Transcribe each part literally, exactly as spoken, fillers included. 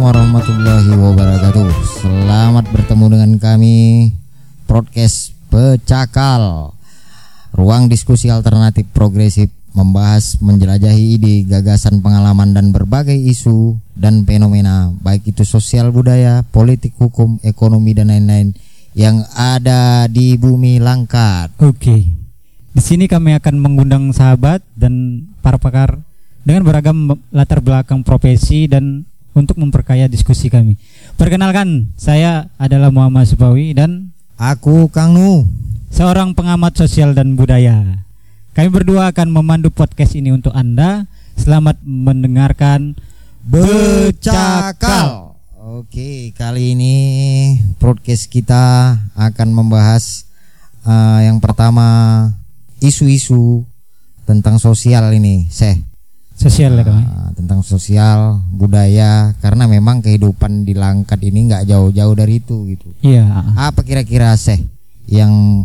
warahmatullahi wabarakatuh. Selamat bertemu dengan kami Podcast Becakal, ruang diskusi alternatif progresif, membahas menjelajahi ide, gagasan, pengalaman dan berbagai isu dan fenomena, baik itu sosial, budaya, politik, hukum, ekonomi dan lain-lain yang ada di bumi Langkat. Oke. Di sini kami akan mengundang sahabat dan para pakar dengan beragam latar belakang profesi dan untuk memperkaya diskusi kami. Perkenalkan, saya adalah Muhammad Supawi dan aku Kang Nu, seorang pengamat sosial dan budaya. Kami berdua akan memandu podcast ini untuk Anda. Selamat mendengarkan Becakal. Oke, kali ini podcast kita akan membahas uh, yang pertama isu-isu tentang sosial ini, Seh. Sosial ya, kami. Uh, tentang sosial, budaya, karena memang kehidupan di Langkat ini nggak jauh-jauh dari itu gitu. Iya. Apa kira-kira, Seh, yang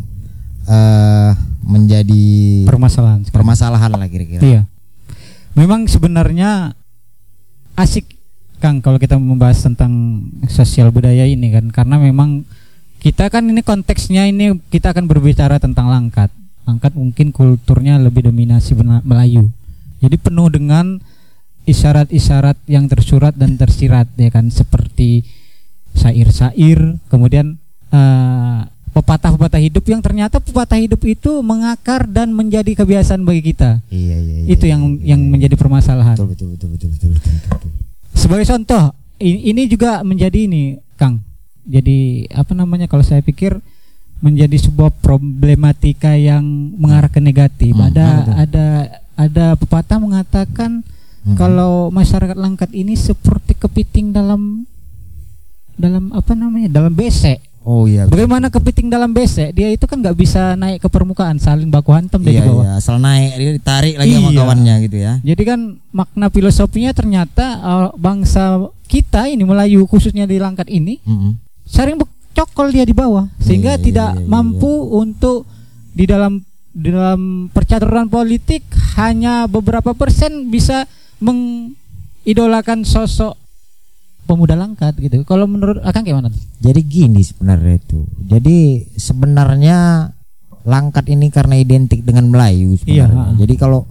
uh, menjadi permasalahan sekarang. permasalahan lah kira-kira? Iya. Memang sebenarnya asik, Kang, kalau kita membahas tentang sosial budaya ini kan, karena memang kita kan ini konteksnya ini kita akan berbicara tentang Langkat. Langkat mungkin kulturnya lebih dominasi Melayu. Jadi penuh dengan isyarat-isyarat yang tersurat dan tersirat, ya kan, seperti syair-syair, kemudian uh, pepatah-pepatah hidup yang ternyata pepatah hidup itu mengakar dan menjadi kebiasaan bagi kita. Iya, iya, iya, itu yang iya, yang iya, menjadi permasalahan. Betul, betul, betul, betul, betul, betul, betul. Sebagai contoh, ini juga menjadi ini, Kang. Jadi apa namanya, kalau saya pikir menjadi sebuah problematika yang mengarah ke negatif. Hmm, ada betul. ada ada pepatah mengatakan hmm. kalau masyarakat Langkat ini seperti kepiting dalam dalam apa namanya, dalam besek. Oh iya. Bagaimana kepiting dalam besek? Dia itu kan nggak bisa naik ke permukaan, saling baku hantam dari iya, bawah. Iya, asal naik dia ditarik lagi iya. sama kawannya gitu ya. Jadi kan makna filosofinya ternyata uh, bangsa kita ini Melayu khususnya di Langkat ini Mm-hmm. sering bercokol dia di bawah sehingga iya, tidak iya, iya, mampu iya. untuk di dalam di dalam percaturan politik hanya beberapa persen bisa mengidolakan sosok pemuda Langkat gitu. Kalau menurut Akang gimana? Jadi gini sebenarnya itu. Jadi sebenarnya Langkat ini karena identik dengan Melayu sebenarnya. Iya. Jadi kalau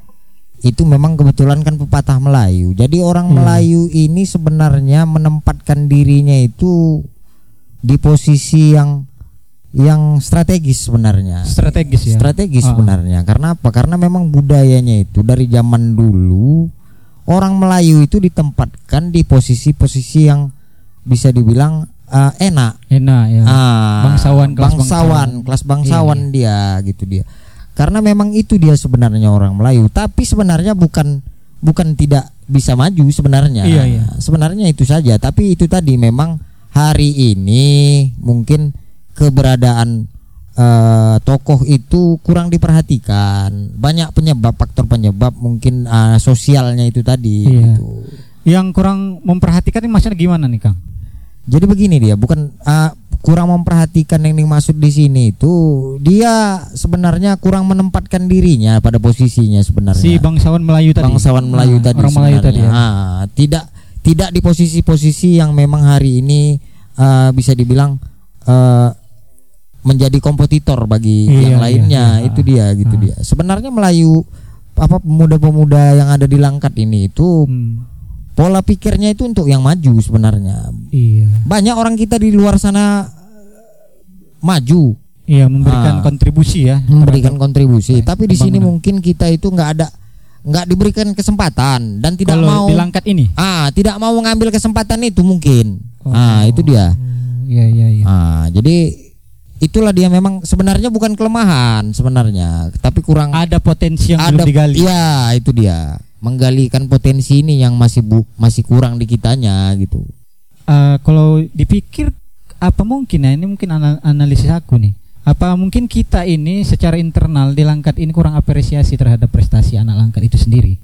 itu memang kebetulan kan pepatah Melayu. Jadi orang iya. Melayu ini sebenarnya menempatkan dirinya itu di posisi yang yang strategis sebenarnya. Strategis ya. Strategis ah. sebenarnya. Karena apa? Karena memang budayanya itu dari zaman dulu orang Melayu itu ditempatkan di posisi-posisi yang bisa dibilang uh, enak. Enak ya. Ah, bangsawan, kelas bangsawan, bangsawan. kelas bangsawan iya. dia gitu dia. Karena memang itu dia sebenarnya orang Melayu, tapi sebenarnya bukan bukan tidak bisa maju sebenarnya. Iya, iya. Sebenarnya itu saja, tapi itu tadi memang hari ini mungkin keberadaan uh, tokoh itu kurang diperhatikan. Banyak penyebab, faktor penyebab mungkin uh, sosialnya itu tadi iya. gitu. Yang kurang memperhatikan ini maksudnya gimana nih, Kang? Jadi begini dia, bukan uh, kurang memperhatikan yang dimaksud di sini itu dia sebenarnya kurang menempatkan dirinya pada posisinya sebenarnya. Si bangsawan Melayu tadi. Bangsawan Melayu nah, tadi orang Melayu tadi. Ya. Ah, tidak tidak di posisi-posisi yang memang hari ini uh, bisa dibilang uh, menjadi kompetitor bagi iya, yang lainnya. iya, iya. Itu dia gitu ah. dia. Sebenarnya Melayu apa pemuda-pemuda yang ada di Langkat ini itu hmm. pola pikirnya itu untuk yang maju sebenarnya. Iya. Banyak orang kita di luar sana maju. Iya, memberikan ah, kontribusi ya. Memberikan kontribusi. Baik, tapi di sini mungkin kita itu nggak ada nggak diberikan kesempatan dan tidak kalau mau di Langkat ini. Ah, tidak mau mengambil kesempatan itu mungkin. Oh. Ah, itu dia. Iya, iya, iya. Ah, jadi itulah dia memang sebenarnya bukan kelemahan sebenarnya, tapi kurang ada potensi yang ada, belum digali. Iya, itu dia. Menggalikan potensi ini yang masih bu, masih kurang di kitanya gitu. Uh, kalau dipikir apa mungkin ya, ini mungkin analisis aku nih. Apa mungkin kita ini secara internal di Langkat ini kurang apresiasi terhadap prestasi anak Langkat itu sendiri?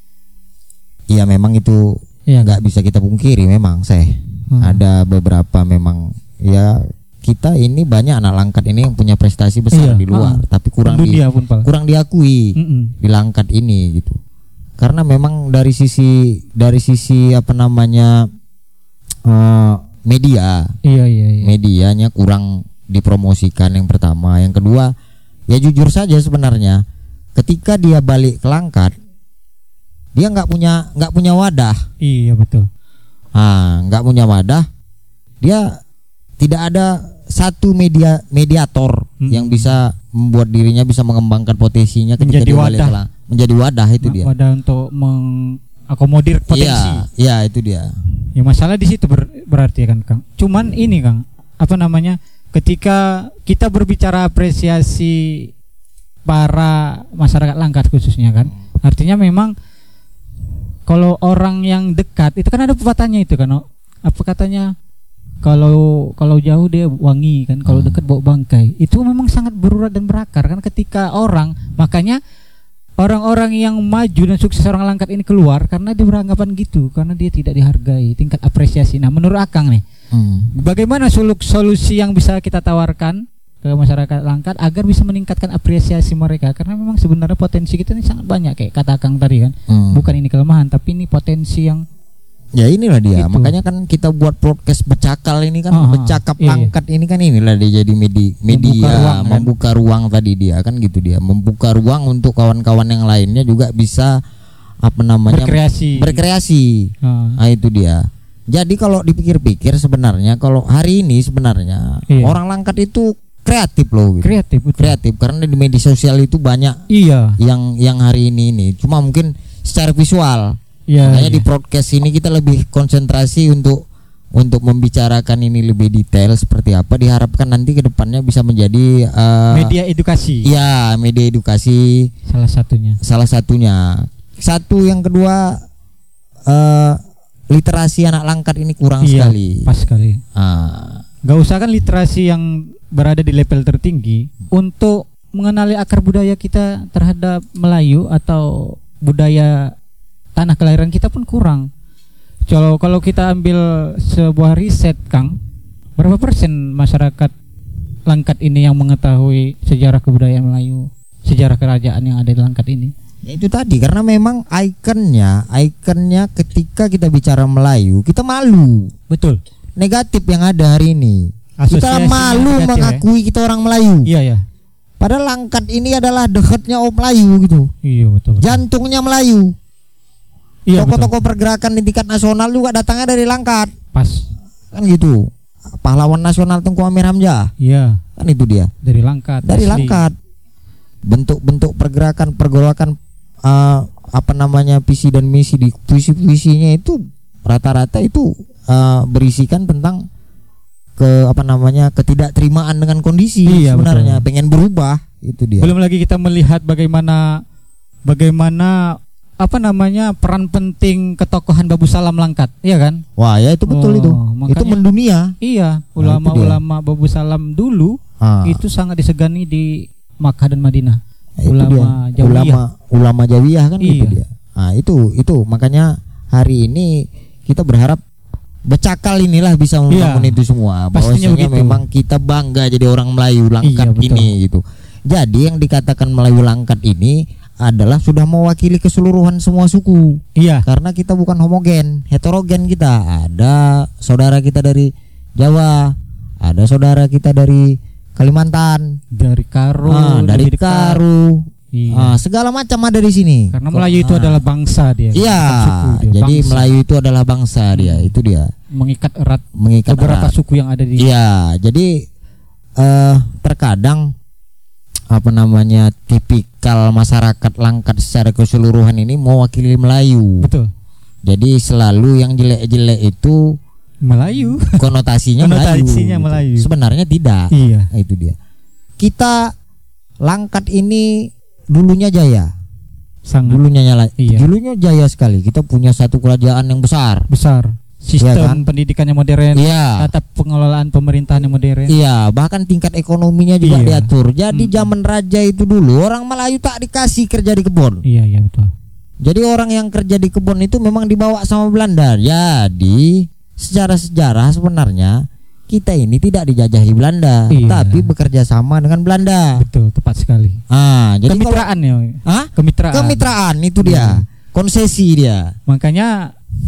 Iya, memang itu ya, nggak bisa kita pungkiri memang, saya. Hmm. Ada beberapa memang ya kita ini banyak anak Langkat ini yang punya prestasi besar iya, di luar, uh, tapi kurang di, pun, kurang diakui Mm-mm. di Langkat ini gitu. Karena memang dari sisi dari sisi apa namanya uh, media. Iya iya iya. Medianya kurang dipromosikan yang pertama. Yang kedua, ya jujur saja sebenarnya ketika dia balik ke Langkat, dia nggak punya nggak punya wadah. Iya betul. Ah, nggak punya wadah. Dia tidak ada satu media mediator hmm. yang bisa membuat dirinya bisa mengembangkan potensinya ketika menjadi dia wadah. balik ke Langkat. Menjadi wadah itu Ma- dia. Wadah untuk mengakomodir potensi. Iya, iya itu dia. Ya masalah di situ ber- berarti kan Kang. Cuman ini Kang, apa namanya? Ketika kita berbicara apresiasi para masyarakat Langkat khususnya kan, artinya memang kalau orang yang dekat itu kan ada pepatahnya itu kan, apa katanya, kalau kalau jauh dia wangi kan, kalau dekat bau bangkai. Itu memang sangat berurat dan berakar kan ketika orang, makanya orang-orang yang maju dan sukses orang Langkat ini keluar karena dia beranggapan gitu, karena dia tidak dihargai tingkat apresiasi. Nah menurut Akang nih, hmm. bagaimana solusi yang bisa kita tawarkan ke masyarakat Langkat agar bisa meningkatkan apresiasi mereka? Karena memang sebenarnya potensi kita ini sangat banyak kayak kata Akang tadi kan, hmm. bukan ini kelemahan tapi ini potensi yang ya inilah dia gitu. Makanya kan kita buat podcast Becakal ini kan, uh-huh. Becakap iya, Langkat ini kan inilah dia jadi media, media membuka ruang, membuka kan? ruang tadi dia kan gitu dia membuka ruang untuk kawan-kawan yang lainnya juga bisa apa namanya berkreasi berkreasi uh. Nah itu dia. Jadi kalau dipikir-pikir sebenarnya kalau hari ini sebenarnya iya. orang Langkat itu kreatif loh gitu. kreatif betul. kreatif karena di media sosial itu banyak iya yang yang hari ini ini cuma mungkin secara visual. Ya, makanya ya. Di podcast ini kita lebih konsentrasi untuk untuk membicarakan ini lebih detail seperti apa. Diharapkan nanti ke depannya bisa menjadi uh, media edukasi. Ya, media edukasi salah satunya. Salah satunya. Satu yang kedua uh, literasi anak Langkat ini kurang iya, sekali. Pas sekali. Ah. Gak usah kan literasi yang berada di level tertinggi untuk mengenali akar budaya kita terhadap Melayu atau budaya tanah kelahiran kita pun kurang. Kalau kalau kita ambil sebuah riset Kang, berapa persen masyarakat Langkat ini yang mengetahui sejarah kebudayaan Melayu, sejarah kerajaan yang ada di Langkat ini? Ya itu tadi karena memang ikonnya, ikonnya ketika kita bicara Melayu kita malu. Betul. Negatif yang ada hari ini. Kita malu negatif, mengakui ya? Kita orang Melayu. Iya ya. Iya betul. betul. Jantungnya Melayu. Iya, tokoh-tokoh pergerakan di tingkat nasional juga datangnya dari Langkat. Pas. Kan gitu. Pahlawan nasional Tengku Amir Hamzah. Iya. Kan itu dia. Dari Langkat. Dari asli. Langkat. Bentuk-bentuk pergerakan pergolakan uh, apa namanya visi dan misi di puisi-puisinya itu rata-rata itu uh, berisikan tentang ke apa namanya ketidakterimaan dengan kondisi. Iya, sebenarnya betul. Pengen berubah itu dia. Belum lagi kita melihat bagaimana bagaimana apa namanya peran penting ketokohan Babu Salam Langkat, iya kan? Wah ya itu betul. Oh, itu makanya, itu mendunia. Iya, ulama-ulama nah, Babu Salam dulu ah. itu sangat disegani di Makkah dan Madinah. Nah, ulama Jawiyah. Ulama ulama Jawiyah kan iya. Itu dia. Nah itu itu makanya hari ini kita berharap Becakal inilah bisa membangun iya, itu semua. Bahwasanya memang kita bangga jadi orang Melayu Langkat iya, ini gitu. Jadi yang dikatakan Melayu Langkat ini adalah sudah mewakili keseluruhan semua suku. Iya. Karena kita bukan homogen, heterogen kita. Ada saudara kita dari Jawa, ada saudara kita dari Kalimantan, dari Karo, ah, dari Karo. Iya. Ah, segala macam ada di sini. Karena Melayu itu ah. adalah bangsa dia. Iya. Dia, jadi bangsa. Melayu itu adalah bangsa dia. Itu dia. Mengikat erat mengikat beberapa erat. suku yang ada di. Iya. Jadi uh, terkadang apa namanya tipikal masyarakat Langkat secara keseluruhan ini mewakili Melayu. Betul. Jadi selalu yang jelek-jelek itu Melayu. Konotasinya, Konotasinya Melayu. Melayu. Sebenarnya tidak. Iya. Nah, itu dia. Kita Langkat ini dulunya jaya, sangat. Dulunya nyala, iya. Dulunya jaya sekali. Kita punya satu kerajaan yang besar, besar. Sistem ya kan? Pendidikannya modern, iya. Tata pengelolaan pemerintahannya modern, iya. Bahkan tingkat ekonominya juga iya. diatur. Jadi hmm. zaman raja itu dulu orang Melayu tak dikasih kerja di kebun. Iya, iya betul. Jadi orang yang kerja di kebun itu memang dibawa sama Belanda. Jadi secara sejarah sebenarnya kita ini tidak dijajahi Belanda, iya. tapi bekerja sama dengan Belanda. Betul, tepat sekali. Ah, jadi kemitraan kalau, ya. Hah? Kemitraan. Kemitraan itu dia. Hmm. Konsesi dia. Makanya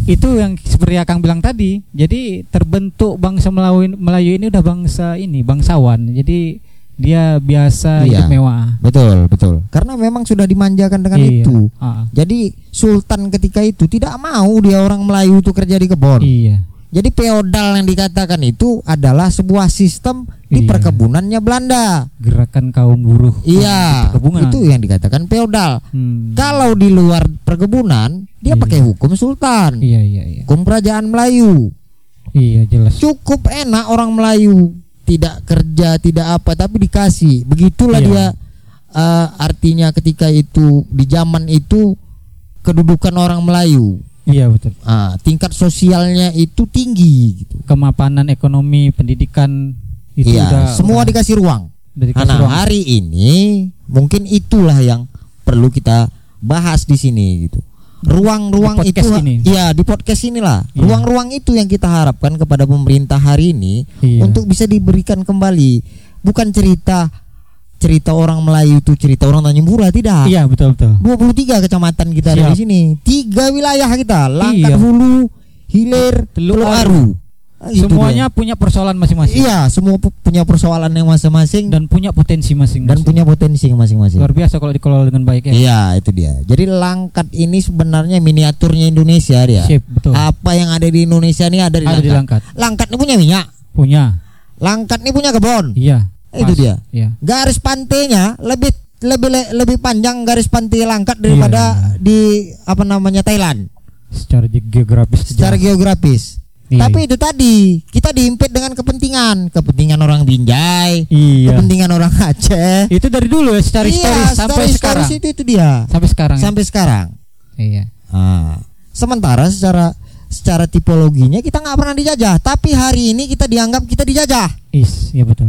itu yang seperti Akang bilang tadi. Jadi terbentuk bangsa Melayu Melayu ini udah bangsa ini bangsawan. Jadi dia biasa Iya. hidup mewah. Betul, betul. Karena memang sudah dimanjakan dengan Iya. itu. Ah. Jadi sultan ketika itu tidak mau dia orang Melayu itu kerja di kebun. Iya. Jadi feodal yang dikatakan itu adalah sebuah sistem di Iya. perkebunannya Belanda. Gerakan kaum buruh. Iya, Perkebunan. itu yang dikatakan feodal. Hmm. Kalau di luar perkebunan, dia Iya. pakai hukum sultan, Iya iya iya. hukum kerajaan Melayu. Iya jelas. Cukup enak orang Melayu, tidak kerja, tidak apa, tapi dikasih. Begitulah Iya. dia. Uh, artinya ketika itu di zaman itu kedudukan orang Melayu, Iya betul. uh, tingkat sosialnya itu tinggi gitu. Kemapanan ekonomi, pendidikan itu Iya, udah semua udah, dikasih ruang. udah dikasih Nah, ruang. hari ini mungkin itulah yang perlu kita bahas di sini gitu. Ruang-ruang Di itu, podcast ini. ya di podcast inilah. Iya. Ruang-ruang itu yang kita harapkan kepada pemerintah hari ini Iya. untuk bisa diberikan kembali. Bukan cerita cerita orang Melayu itu cerita orang Tanjung Pura, tidak. Iya betul betul. dua puluh tiga kecamatan kita ada Siap. di sini. Tiga wilayah kita, Langkat, Iya. Hulu, Hilir, Teluk Teluk Aru. Aru. Ah, itu Semuanya punya persoalan dia. masing-masing. Iya, semua pu- punya persoalan yang masing-masing Dan punya potensi masing-masing. dan punya potensi masing-masing. luar biasa kalau dikelola dengan baik ya. Iya, itu dia. Jadi Langkat ini sebenarnya miniaturnya Indonesia dia. Sip, betul. Apa yang ada di Indonesia ini ada di Ada Langkat. di Langkat. Langkat ini punya minyak. Punya. Langkat ini punya kebun. Iya. Itu pas. dia. Iya. Garis pantainya lebih lebih lebih panjang garis pantai Langkat daripada Iya. di apa namanya Thailand Secara ge- geografis. secara jauh. geografis. Iya. Tapi itu tadi kita diimpit dengan kepentingan, kepentingan orang Binjai, Iya. kepentingan orang Aceh. Itu dari dulu ya secara Iya, historis sampai story- sekarang. stories itu itu dia. Sampai sekarang. ya? Sampai sekarang. Iya. Ah. Sementara secara secara tipologinya kita nggak pernah dijajah, tapi hari ini kita dianggap kita dijajah. Is, ya betul.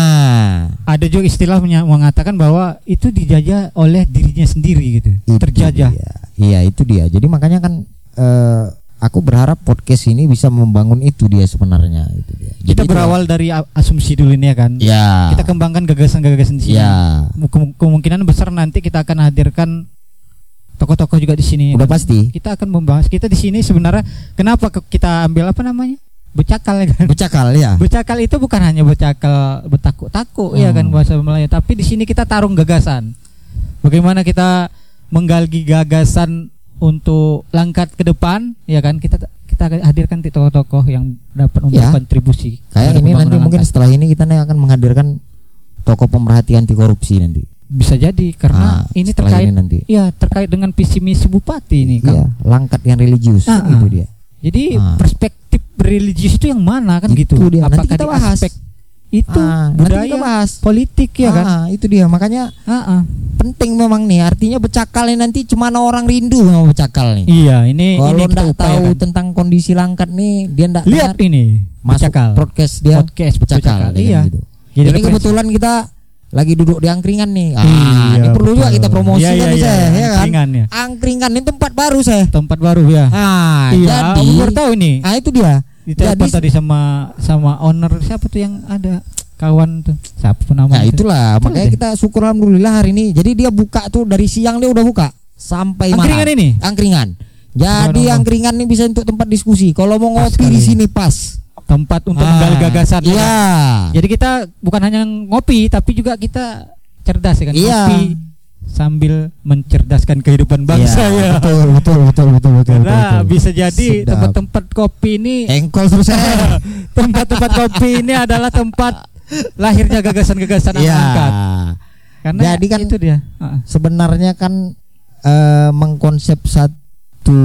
Ah, Ada juga istilah menya- mengatakan bahwa itu dijajah oleh dirinya sendiri gitu. itu Terjajah. dia. Iya, itu dia. Jadi makanya kan eh, aku berharap podcast ini bisa membangun itu dia sebenarnya itu dia. Jadi Kita itu- berawal dari a- asumsi dulu ini ya kan. Ya. Kita kembangkan gagasan-gagasan di sini. Ya. Kem- Kemungkinan besar nanti kita akan hadirkan tokoh-tokoh juga di sini. Udah pasti. Kita akan membahas. Kita di sini sebenarnya kenapa ke- kita ambil apa namanya? Becakal ya kan. Bercakal ya. Becakal itu bukan hanya becakal betakuk-takuk ya kan Hmm. bahasa Melayu, tapi di sini kita tarung gagasan. Bagaimana kita menggali gagasan untuk Langkat ke depan ya kan, kita kita hadirkan tokoh-tokoh yang dapat Ya. berkontribusi. Kayak terhadap ini nanti pembangunan mungkin Langkat. setelah ini kita nih akan menghadirkan tokoh pemerhati anti korupsi nanti. Bisa jadi karena Ah, ini setelah terkait ini nanti. ya terkait dengan visi misi bupati ini Iya, kan. Langkat yang religius Ah, itu ah. dia. Jadi Ah. perspektif religius itu yang mana kan Itu gitu. dia. Nanti Apakah kita di bahas. aspek itu Ah, nanti budaya, kita bahas. politik ya kan. Ah, itu dia. Makanya Ah, ah. penting memang nih. Artinya Becakal ini nanti cuma orang rindu sama Becakal nih. Iya, ini Kalau ini kita ndak tahu upayakan. tentang kondisi Langkat nih, dia ndak Lihat dengar, ini masuk Becakal. podcast dia Podcast Becakal. Becakal. dia Iya. gitu. Jadi Ini referensi. kebetulan kita lagi duduk di angkringan nih. Ah, Iya, ini perlu juga betul. kita promosikan Iya, iya, nih, iya. saya, ya kan? Angkringan ya. Angkringan ini tempat baru saya. Tempat baru ya. Ah, Iya, jadi aku baru tahu ini. ah itu dia. Ditelepon Jadi- tadi sama sama owner siapa tuh yang ada kawan tuh. Siapa tuh namanya? Nah itulah Betul makanya deh. kita syukur alhamdulillah hari ini. Jadi dia buka tuh dari siang dia udah buka sampai Angkringan malam. ini? Angkringan. Jadi Subhanallah. angkringan ini bisa untuk tempat diskusi. Kalau mau Pas ngopi di sekali. sini pas. Tempat untuk Ah, menggali gagasan. ya Iya. kan? Jadi kita bukan hanya ngopi tapi juga kita cerdas ya kan. Iya. Ngopi sambil mencerdaskan kehidupan bangsa Iya, ya. Betul, betul, betul, betul, betul. Karena betul. bisa jadi Sedap. tempat-tempat kopi ini Engkol terus saya. tempat-tempat kopi ini adalah tempat lahirnya gagasan-gagasan Iya. angkat. Karena Jadi kan itu dia. Heeh. sebenarnya kan eh, mengkonsep satu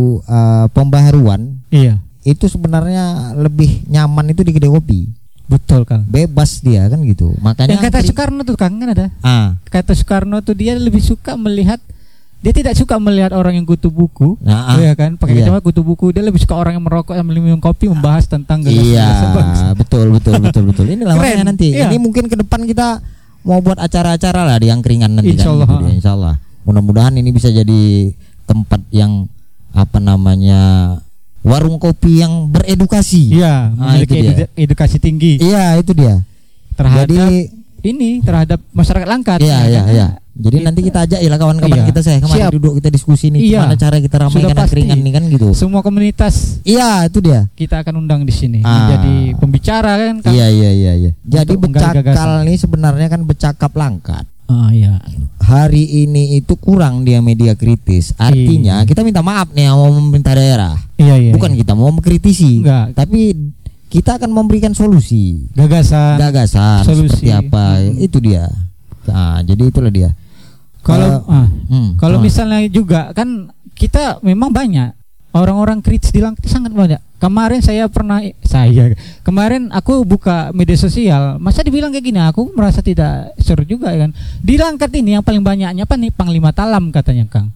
eh, pembaharuan Iya, itu sebenarnya lebih nyaman itu di kedai kopi. betul Kang. Bebas dia kan gitu. Makanya Yang kata angkring- Soekarno tuh Kang kan ada. ah, Kata Soekarno tuh dia lebih suka melihat, dia tidak suka melihat orang yang kutu buku. nah, ah, Iya kan, pakai iya. kacamata kutu buku. Dia lebih suka orang yang merokok sambil minum kopi membahas tentang Iya, gagasan-gagasan bangsa. betul, betul, betul, betul. Ini lah Keren, makanya nanti. iya. Ini mungkin ke depan kita mau buat acara-acara lah di angkringan nanti Insya kan. Allah. gitu dia, insya Allah. Mudah-mudahan ini bisa jadi tempat yang apa namanya warung kopi yang beredukasi. Iya, Ah, memiliki itu dia. edu- edukasi tinggi Iya, itu dia. terhadap Jadi ini terhadap masyarakat Langkat. Iya, Ya, iya, karena iya. Jadi Kita- nanti kita ajak ya lah kawan-kawan Iya. kita saya kemari Siap. duduk kita diskusi nih Iya. gimana cara kita ramaikan Sudah pasti. angkringan nih kan gitu. semua komunitas Iya, itu dia. kita akan undang di sini Ah. menjadi pembicara kan. Kang? Iya, iya, iya, iya. Jadi Untuk menggali becakal nih sebenarnya kan becakap langkat. Ah, iya. Hari ini itu kurang dia media kritis. Artinya Iya. kita minta maaf nih sama pemerintah daerah. Iya, iya. Bukan iya. kita mau mengkritisi, Enggak. tapi kita akan memberikan solusi, Gagasan. gagasan Solusi. seperti apa. Hmm. Itu dia. Nah, jadi itulah dia. Kalau Eh, ah, Hmm, kalau ah. misalnya juga kan kita memang banyak orang-orang kritis di Langkat sangat banyak. Kemarin saya pernah saya kemarin aku buka media sosial, masa dibilang kayak gini, aku merasa tidak seru juga kan. Di Langkat ini yang paling banyaknya apa nih Panglima Talam katanya Kang.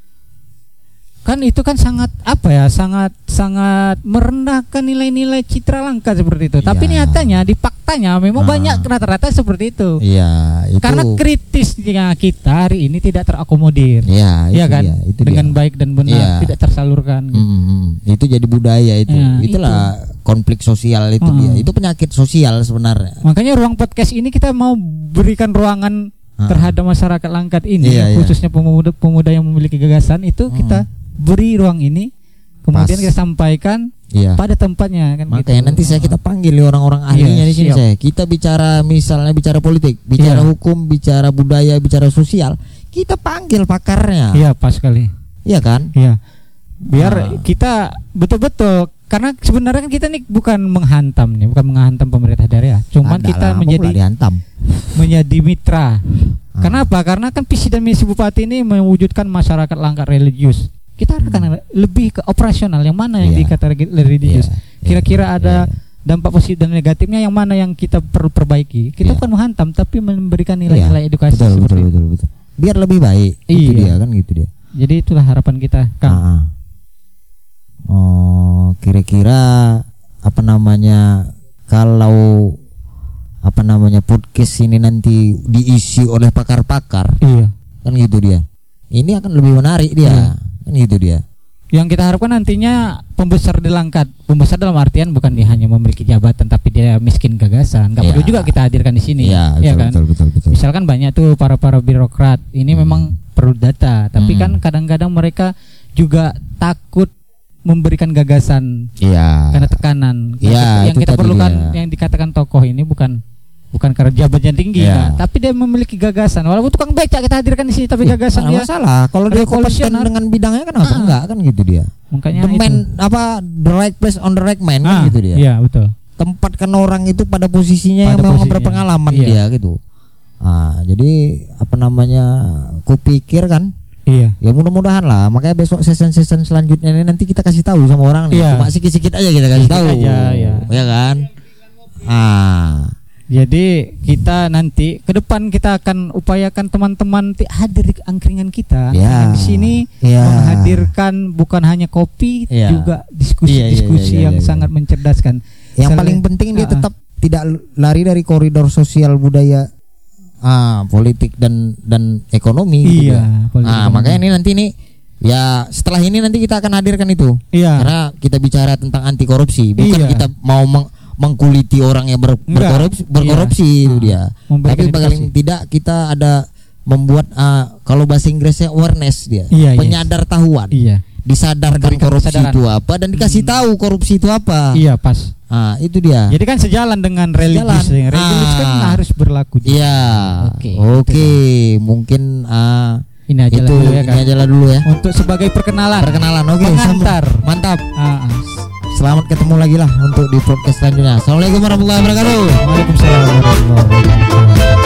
Kan itu kan sangat apa ya, sangat sangat merendahkan nilai-nilai citra Langkat seperti itu. Tapi Iya. nyatanya di faktanya memang Ah. banyak rata-rata seperti itu. Iya, itu. Karena kritisnya kita hari ini tidak terakomodir. Iya, itu Iya kan? dia, itu Dengan dia. baik dan benar, Iya. tidak tersalurkan. gitu. Hmm, hmm. Itu jadi budaya itu. Ya, Itulah konflik sosial itu Hmm. dia. Itu penyakit sosial sebenarnya. Makanya ruang podcast ini kita mau berikan ruangan Ah. terhadap masyarakat Langkat ini, Iya, iya. khususnya pemuda-pemuda yang memiliki gagasan itu Hmm. kita beri ruang ini, kemudian Pas. kita sampaikan Iya. pada tempatnya kan. Makanya gitu. nanti saya kita panggil nih orang-orang ahlinya Iya, di sini siap. saya. Kita bicara misalnya bicara politik, bicara Iya. hukum, bicara budaya, bicara sosial. Kita panggil pakarnya. Iya pas sekali. Iya kan? Iya. Biar Ah. kita betul-betul, karena sebenarnya kan kita nih bukan menghantam nih, bukan menghantam pemerintah daerah. Cuman Ada kita lah, apa menjadi pula dihantam. menjadi mitra. Ah. Kenapa? Karena kan visi dan misi bupati ini mewujudkan masyarakat Langkat religius. Kita akan lebih ke operasional, yang mana yang Iya. dikatakan religius. Iya, Kira-kira iya, ada iya. dampak positif dan negatifnya, yang mana yang kita perlu perbaiki. Kita Iya. bukan menghantam, tapi memberikan nilai-nilai Iya, edukasi betul, seperti betul, itu. betul, betul. Biar lebih baik. Itu Iya. dia kan gitu dia. Jadi itulah harapan kita, Kang. Ah, ah. Oh, kira-kira apa namanya kalau apa namanya podcast ini nanti diisi oleh pakar-pakar Iya. kan gitu dia. Ini akan lebih menarik dia. Iya. Kan gitu dia. Yang kita harapkan nantinya pembesar di Langkat, pembesar dalam artian bukan dia hanya memiliki jabatan, tapi dia miskin gagasan. Gak Iya. perlu juga kita hadirkan di sini. Iya, Iya betul, kan? betul, betul, betul. Misalkan banyak tuh para para birokrat ini Hmm. memang perlu data, tapi Hmm. kan kadang-kadang mereka juga takut memberikan gagasan Iya. karena tekanan. Iya, yang itu kita tadi perlukan, dia. yang dikatakan tokoh ini bukan bukan karena jabatannya tinggi, Iya. nah, tapi dia memiliki gagasan. Walaupun tukang becak kita hadirkan di sini, tapi Ih, gagasan nggak dia. masalah. Kalau dia kompeten revolusioner. dengan bidangnya kenapa Ah. enggak kan gitu dia. Makanya The itu. man apa the right place on the right man Ah, kan gitu dia. Iya betul. Tempatkan orang itu pada posisinya yang Pada memang posisinya. berpengalaman Iya. dia gitu. Ah, jadi apa namanya? Kupikir kan Iya. ya mudah-mudahan lah. Makanya besok season-season selanjutnya ini nanti kita kasih tahu sama orang nih. Iya. Cuma sikit-sikit aja kita kasih Sedikit tahu. aja, ya. Ya kan? Ah. Jadi kita nanti ke depan kita akan upayakan teman-teman ti- hadir di angkringan kita. Ya. Yang di sini Ya. menghadirkan bukan hanya kopi, Ya. juga diskusi-diskusi Iya, iya, iya, yang iya, iya. sangat mencerdaskan. Yang Sel- paling penting dia Ah, ah. tetap tidak lari dari koridor sosial budaya, ah, politik dan dan ekonomi. gitu Iya, ya. politik Ah, ekonomi. makanya ini nanti nih ya setelah ini nanti kita akan hadirkan itu. Iya. Karena kita bicara tentang anti korupsi, bukan Iya. kita mau meng- mengkuliti orang yang ber- Enggak. berkorupsi, berkorupsi Iya. itu Ah, dia. memberikan Tapi paling edukasi. tidak kita ada membuat ah, kalau bahasa Inggrisnya awareness dia, Iya, yes. penyadar tahuan, Iya. disadarkan Memberikan korupsi kesadaran. itu apa dan dikasih Hmm. tahu korupsi itu apa. Iya pas. Ah, itu dia. Jadi kan sejalan dengan religius. Sejalan. Religius kan Ah. harus berlaku. juga. Iya. Oke, Oke, mungkin ah, Ini aja lah itu dulu ya ini kan. aja lah dulu ya. Untuk sebagai perkenalan. Perkenalan. Oke, Pengantar. sam- mantap. Ah, ah. Selamat ketemu lagi lah untuk di podcast selanjutnya. Assalamualaikum warahmatullahi wabarakatuh. Waalaikumsalam warahmatullahi wabarakatuh.